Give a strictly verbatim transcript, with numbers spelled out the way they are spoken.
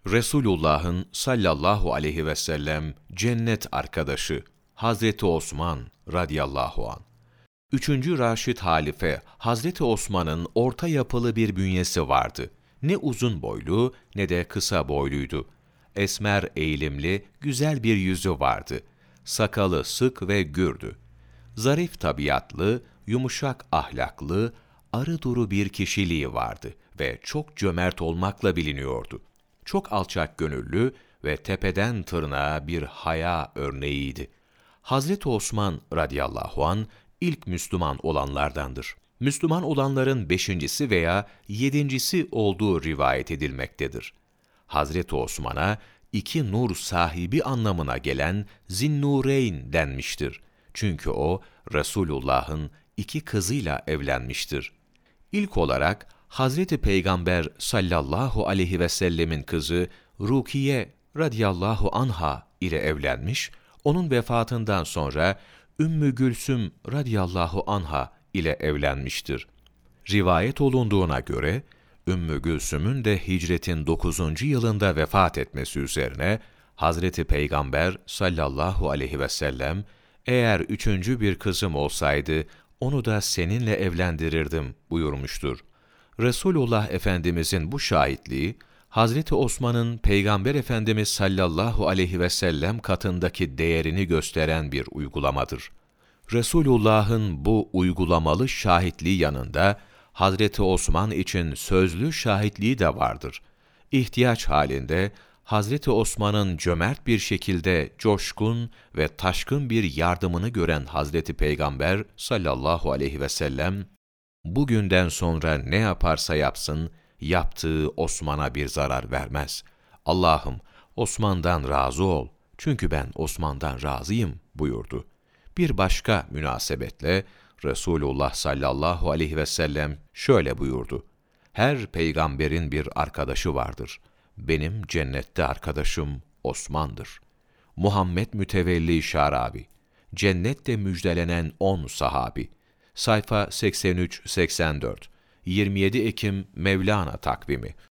Resulullah'ın sallallahu aleyhi ve sellem cennet arkadaşı Hazreti Osman radıyallahu anh. Üçüncü Raşid halife Hazreti Osman'ın orta yapılı bir bünyesi vardı. Ne uzun boylu ne de kısa boyluydu. Esmer eğilimli, güzel bir yüzü vardı. Sakalı sık ve gürdü. Zarif tabiatlı, yumuşak ahlaklı, arı duru bir kişiliği vardı ve çok cömert olmakla biliniyordu. Çok alçak gönüllü ve tepeden tırnağa bir haya örneğiydi. Hazreti Osman radıyallahu an ilk Müslüman olanlardandır. Müslüman olanların beşincisi veya yedincisi olduğu rivayet edilmektedir. Hazreti Osman'a iki nur sahibi anlamına gelen Zinnureyn denmiştir. Çünkü o Resulullah'ın iki kızıyla evlenmiştir. İlk olarak Hazreti Peygamber sallallahu aleyhi ve sellemin kızı Rukiye radıyallahu anha ile evlenmiş, onun vefatından sonra Ümmü Gülsüm radıyallahu anha ile evlenmiştir. Rivayet olunduğuna göre, Ümmü Gülsüm'ün de hicretin dokuzuncu yılında vefat etmesi üzerine, Hazreti Peygamber sallallahu aleyhi ve sellem, eğer üçüncü bir kızım olsaydı, onu da seninle evlendirirdim buyurmuştur. Resulullah Efendimizin bu şahitliği, Hazreti Osman'ın Peygamber Efendimiz sallallahu aleyhi ve sellem katındaki değerini gösteren bir uygulamadır. Resulullah'ın bu uygulamalı şahitliği yanında, Hazreti Osman için sözlü şahitliği de vardır. İhtiyaç halinde, Hazreti Osman'ın cömert bir şekilde coşkun ve taşkın bir yardımını gören Hazreti Peygamber sallallahu aleyhi ve sellem, bugünden sonra ne yaparsa yapsın, yaptığı Osman'a bir zarar vermez. Allah'ım Osman'dan razı ol, çünkü ben Osman'dan razıyım buyurdu. Bir başka münasebetle Resulullah sallallahu aleyhi ve sellem şöyle buyurdu: her peygamberin bir arkadaşı vardır. Benim cennette arkadaşım Osman'dır. Muhammed Mütevelli Şarabi, cennette müjdelenen on sahabi. Sayfa seksen üç seksen dört, yirmi yedi Ekim Mevlana takvimi.